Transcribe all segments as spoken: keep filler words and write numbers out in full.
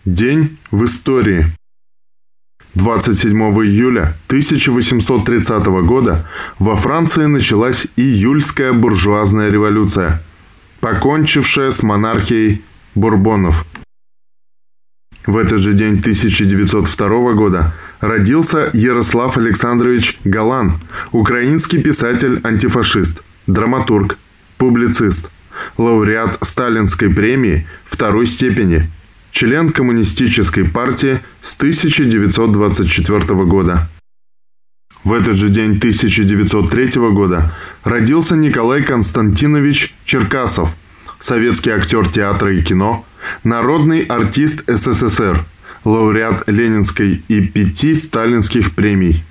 День в истории. двадцать седьмого июля тысяча восемьсот тридцатого года во Франции началась июльская буржуазная революция, покончившая с монархией Бурбонов. В этот же день тысяча девятьсот второго года родился Ярослав Александрович Галан, украинский писатель-антифашист, драматург, публицист, лауреат Сталинской премии второй степени, член Коммунистической партии с тысяча девятьсот двадцать четвёртого года. В этот же день тысяча девятьсот третьего года родился Николай Константинович Черкасов, советский актер театра и кино, народный артист СССР, лауреат Ленинской и пяти сталинских премий.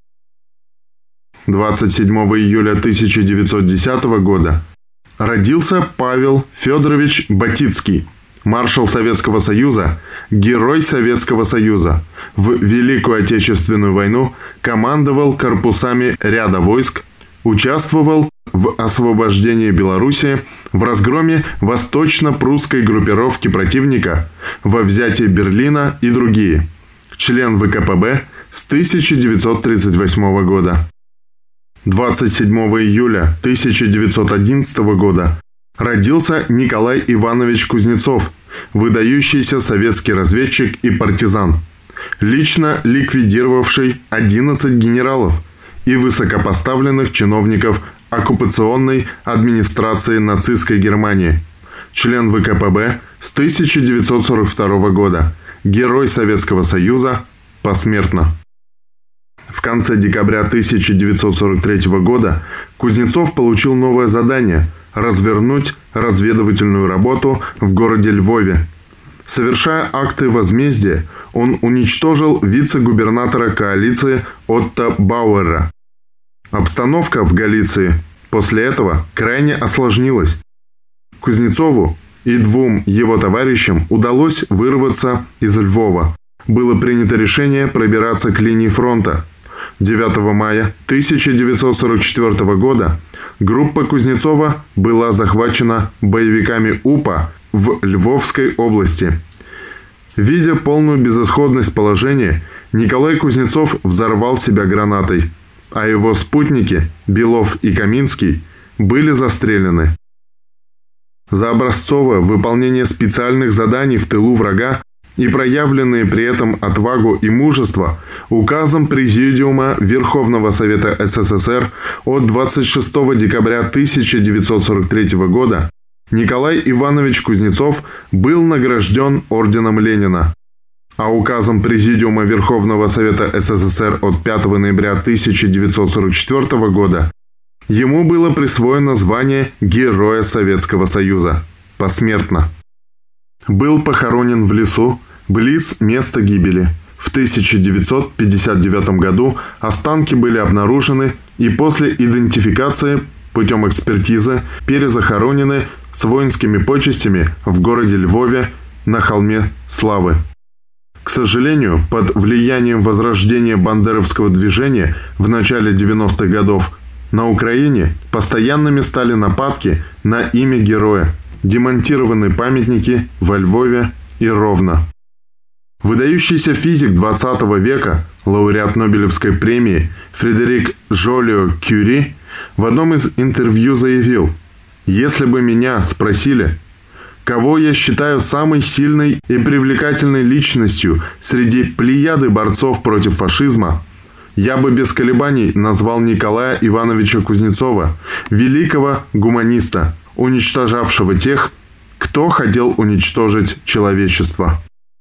двадцать седьмого июля тысяча девятьсот десятого года родился Павел Федорович Батицкий, маршал Советского Союза, герой Советского Союза. В Великую Отечественную войну командовал корпусами ряда войск, участвовал в освобождении Белоруссии, в разгроме восточно-прусской группировки противника, во взятии Берлина и другие. Член ВКПБ с тысяча девятьсот тридцать восьмого года. двадцать седьмого июля тысяча девятьсот одиннадцатого года родился Николай Иванович Кузнецов, выдающийся советский разведчик и партизан, лично ликвидировавший одиннадцать генералов и высокопоставленных чиновников оккупационной администрации нацистской Германии, член ВКПБ с тысяча девятьсот сорок второго года, герой Советского Союза, посмертно. В конце декабря тысяча девятьсот сорок третьего года Кузнецов получил новое задание – развернуть разведывательную работу в городе Львове. Совершая акты возмездия, он уничтожил вице-губернатора коалиции Отто Бауэра. Обстановка в Галиции после этого крайне осложнилась. Кузнецову и двум его товарищам удалось вырваться из Львова. Было принято решение пробираться к линии фронта. девятого мая тысяча девятьсот сорок четвёртого года группа Кузнецова была захвачена боевиками УПА в Львовской области. Видя полную безысходность положения, Николай Кузнецов взорвал себя гранатой, а его спутники Белов и Каминский были застрелены. За образцовое выполнение специальных заданий в тылу врага и проявленные при этом отвагу и мужество указом Президиума Верховного Совета СССР от двадцать шестого декабря тысяча девятьсот сорок третьего года Николай Иванович Кузнецов был награжден орденом Ленина, а указом Президиума Верховного Совета СССР от пятого ноября тысяча девятьсот сорок четвёртого года ему было присвоено звание Героя Советского Союза посмертно. Был похоронен в лесу, близ места гибели. В тысяча девятьсот пятьдесят девятом году останки были обнаружены и после идентификации путем экспертизы перезахоронены с воинскими почестями в городе Львове на холме Славы. К сожалению, под влиянием возрождения бандеровского движения в начале девяностых годов на Украине постоянными стали нападки на имя героя. Демонтированы памятники во Львове и Ровно. Выдающийся физик двадцатого века, лауреат Нобелевской премии Фредерик Жолио-Кюри в одном из интервью заявил: «Если бы меня спросили, кого я считаю самой сильной и привлекательной личностью среди плеяды борцов против фашизма, я бы без колебаний назвал Николая Ивановича Кузнецова, великого гуманиста, уничтожавшего тех, кто хотел уничтожить человечество».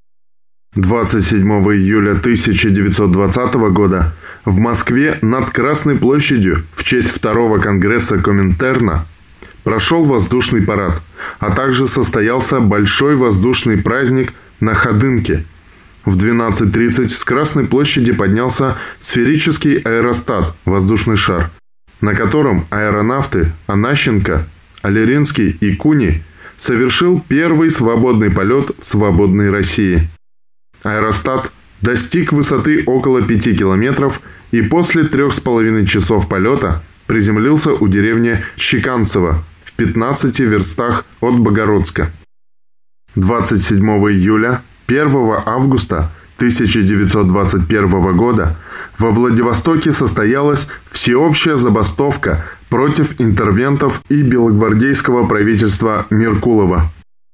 двадцать седьмого июля тысяча девятьсот двадцатого года в Москве над Красной площадью в честь второго конгресса Коминтерна прошел воздушный парад, а также состоялся большой воздушный праздник на Ходынке. В двенадцать тридцать с Красной площади поднялся сферический аэростат «Воздушный шар», на котором аэронавты Анащенко, Алеринский и Куни совершил первый свободный полет в свободной России. Аэростат достиг высоты около пяти километров и после трех с половиной часов полета приземлился у деревни Щеканцево в пятнадцати верстах от Богородска. двадцать седьмого июля первого августа тысяча девятьсот двадцать первого года во Владивостоке состоялась всеобщая забастовка против интервентов и белогвардейского правительства Меркулова.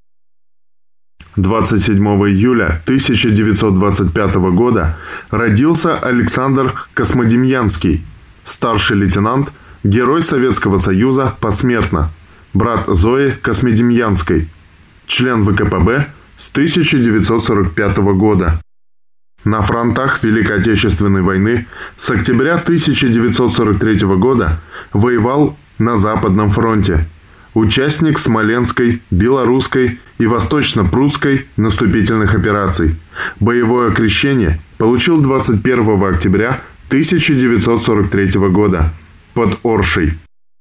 двадцать седьмого июля тысяча девятьсот двадцать пятого года родился Александр Космодемьянский, старший лейтенант, Герой Советского Союза посмертно, брат Зои Космодемьянской, член вэ ка пэ бэ с тысяча девятьсот сорок пятого года. На фронтах Великой Отечественной войны с октября тысяча девятьсот сорок третьего года воевал на Западном фронте. Участник Смоленской, Белорусской и Восточно-Прусской наступительных операций. Боевое крещение получил двадцать первого октября тысяча девятьсот сорок третьего года под Оршей.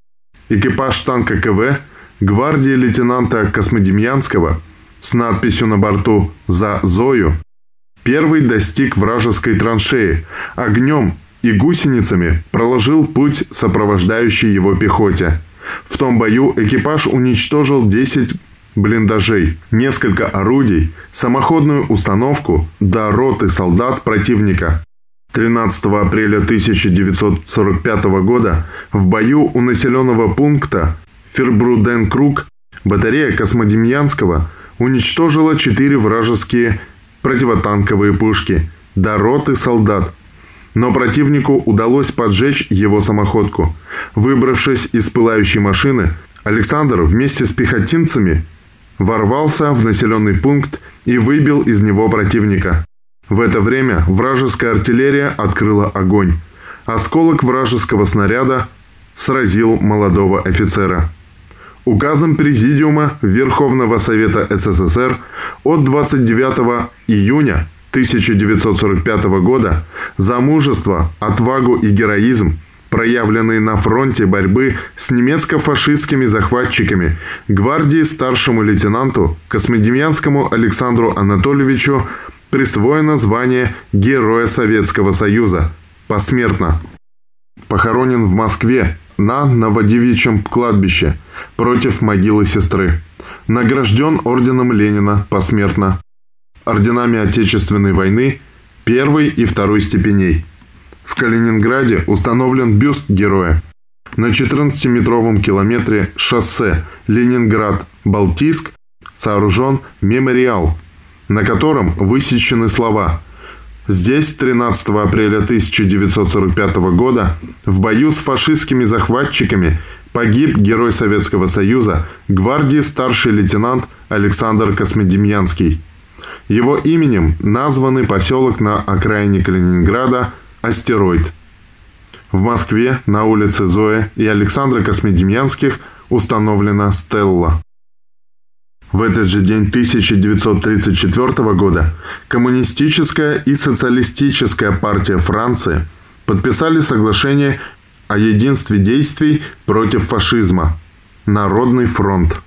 Экипаж танка ка вэ гвардии лейтенанта Космодемьянского с надписью на борту «За Зою» первый достиг вражеской траншеи, огнем и гусеницами проложил путь сопровождающей его пехоте. В том бою экипаж уничтожил десять блиндажей, несколько орудий, самоходную установку до роты солдат противника. тринадцатого апреля тысяча девятьсот сорок пятого года в бою у населенного пункта Фербруден-Круг батарея Космодемьянского уничтожила четыре вражеские противотанковые пушки до роты солдат. Но противнику удалось поджечь его самоходку. Выбравшись из пылающей машины, Александр вместе с пехотинцами ворвался в населенный пункт и выбил из него противника. В это время вражеская артиллерия открыла огонь. Осколок вражеского снаряда сразил молодого офицера. Указом Президиума Верховного Совета эс эс эс эр от двадцать девятого июня тысяча девятьсот сорок пятого года за мужество, отвагу и героизм, проявленные на фронте борьбы с немецко-фашистскими захватчиками, гвардии старшему лейтенанту Космодемьянскому Александру Анатольевичу присвоено звание Героя Советского Союза посмертно. Похоронен в Москве на Новодевичьем кладбище против могилы сестры. Награжден орденом Ленина посмертно. Орденами Отечественной войны первой и второй степеней. В Калининграде установлен бюст героя. На четырнадцатиметровом километре шоссе Ленинград-Балтийск сооружен мемориал, на котором высечены слова: «Здесь тринадцатого апреля тысяча девятьсот сорок пятого года в бою с фашистскими захватчиками погиб Герой Советского Союза, гвардии старший лейтенант Александр Космодемьянский». Его именем названы поселок на окраине Калининграда Астероид. В Москве на улице Зои и Александра Космодемьянских установлена стелла. В этот же день тысяча девятьсот тридцать четвёртого года Коммунистическая и Социалистическая партия Франции подписали соглашение о единстве действий против фашизма. Народный фронт.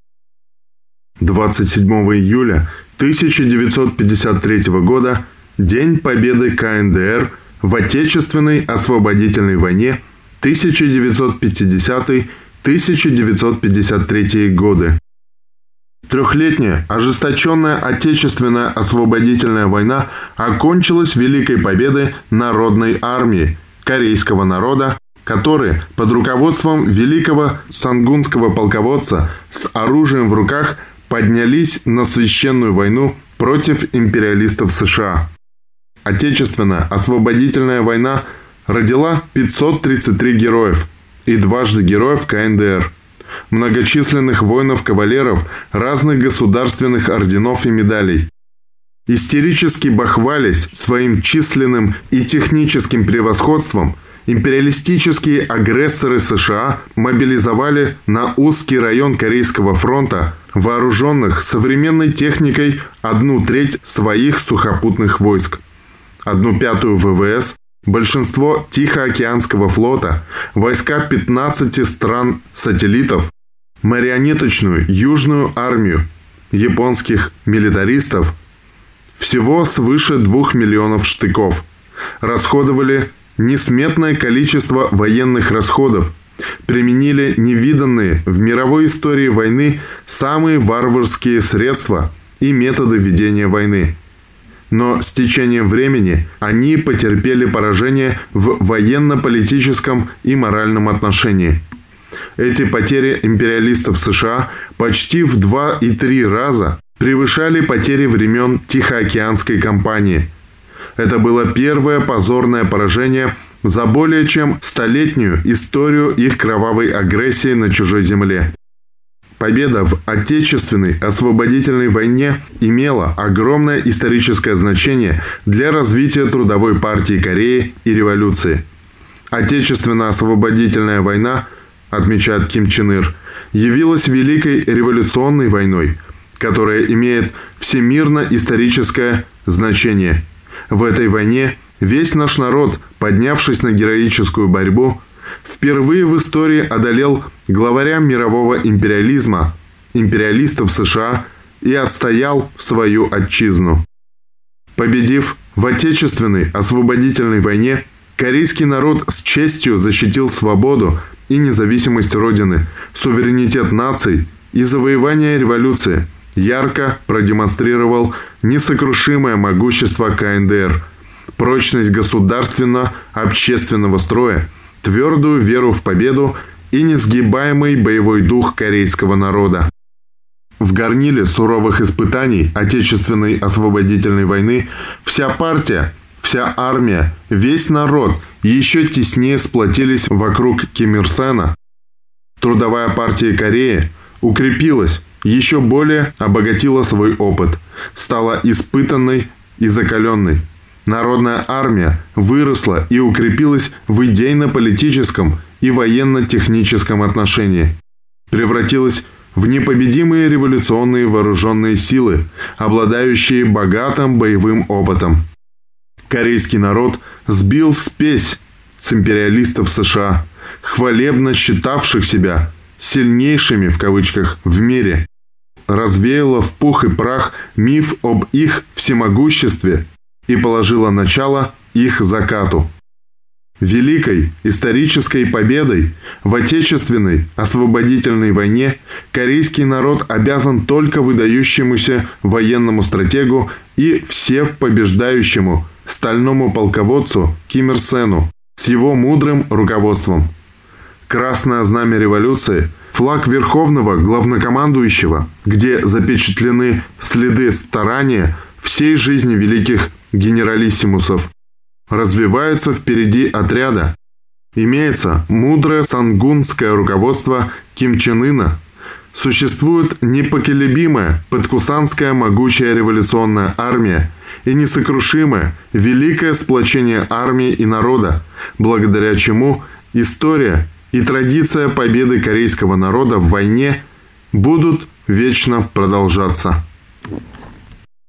двадцать седьмого июля тысяча девятьсот пятьдесят третьего года День Победы ка эн дэ эр в Отечественной освободительной войне тысяча девятьсот пятидесятый — тысяча девятьсот пятьдесят третий годы. Трехлетняя ожесточенная Отечественная освободительная война окончилась великой победой Народной армии корейского народа, которые под руководством великого сангунского полководца с оружием в руках поднялись на священную войну против империалистов США. Отечественная освободительная война родила пятьсот тридцать три героев и дважды героев ка эн дэ эр, многочисленных воинов-кавалеров разных государственных орденов и медалей. Истерически бахвались своим численным и техническим превосходством, империалистические агрессоры США мобилизовали на узкий район Корейского фронта вооруженных современной техникой одну треть своих сухопутных войск, одну пятую вэ вэ эс, большинство Тихоокеанского флота, войска пятнадцати стран-сателлитов, марионеточную Южную армию, японских милитаристов, всего свыше двух миллионов штыков, расходовали несметное количество военных расходов, применили невиданные в мировой истории войны самые варварские средства и методы ведения войны. Но с течением времени они потерпели поражение в военно-политическом и моральном отношении. Эти потери империалистов США почти в два и три раза превышали потери времен Тихоокеанской кампании. Это было первое позорное поражение за более чем столетнюю историю их кровавой агрессии на чужой земле. Победа в Отечественной освободительной войне имела огромное историческое значение для развития Трудовой партии Кореи и революции. Отечественно-освободительная война, отмечает Ким Чен Ир, явилась Великой революционной войной, которая имеет всемирно-историческое значение. В этой войне весь наш народ, поднявшись на героическую борьбу, впервые в истории одолел главаря мирового империализма, империалистов США, и отстоял свою отчизну. Победив в Отечественной освободительной войне, корейский народ с честью защитил свободу и независимость Родины, суверенитет наций и завоевание революции, ярко продемонстрировал несокрушимое могущество ка эн дэ эр, прочность государственно-общественного строя, твердую веру в победу и несгибаемый боевой дух корейского народа. В горниле суровых испытаний Отечественной освободительной войны вся партия, вся армия, весь народ еще теснее сплотились вокруг Ким Ир Сена. Трудовая партия Кореи укрепилась, еще более обогатила свой опыт, стала испытанной и закаленной. Народная армия выросла и укрепилась в идейно-политическом и военно-техническом отношении. Превратилась в непобедимые революционные вооруженные силы, обладающие богатым боевым опытом. Корейский народ сбил спесь с империалистов США, хвалебно считавших себя «сильнейшими» в кавычках в мире. Развеяла в пух и прах миф об их всемогуществе и положила начало их закату. Великой исторической победой в Отечественной освободительной войне корейский народ обязан только выдающемуся военному стратегу и всепобеждающему стальному полководцу Ким Ир Сену с его мудрым руководством. Красное знамя революции, флаг верховного главнокомандующего, где запечатлены следы старания всей жизни великих генералиссимусов, развивается впереди отряда. Имеется мудрое сангунское руководство Ким Чен Ына. Существует непоколебимая подкусанская могучая революционная армия и несокрушимое великое сплочение армии и народа, благодаря чему история и традиция победы корейского народа в войне будут вечно продолжаться.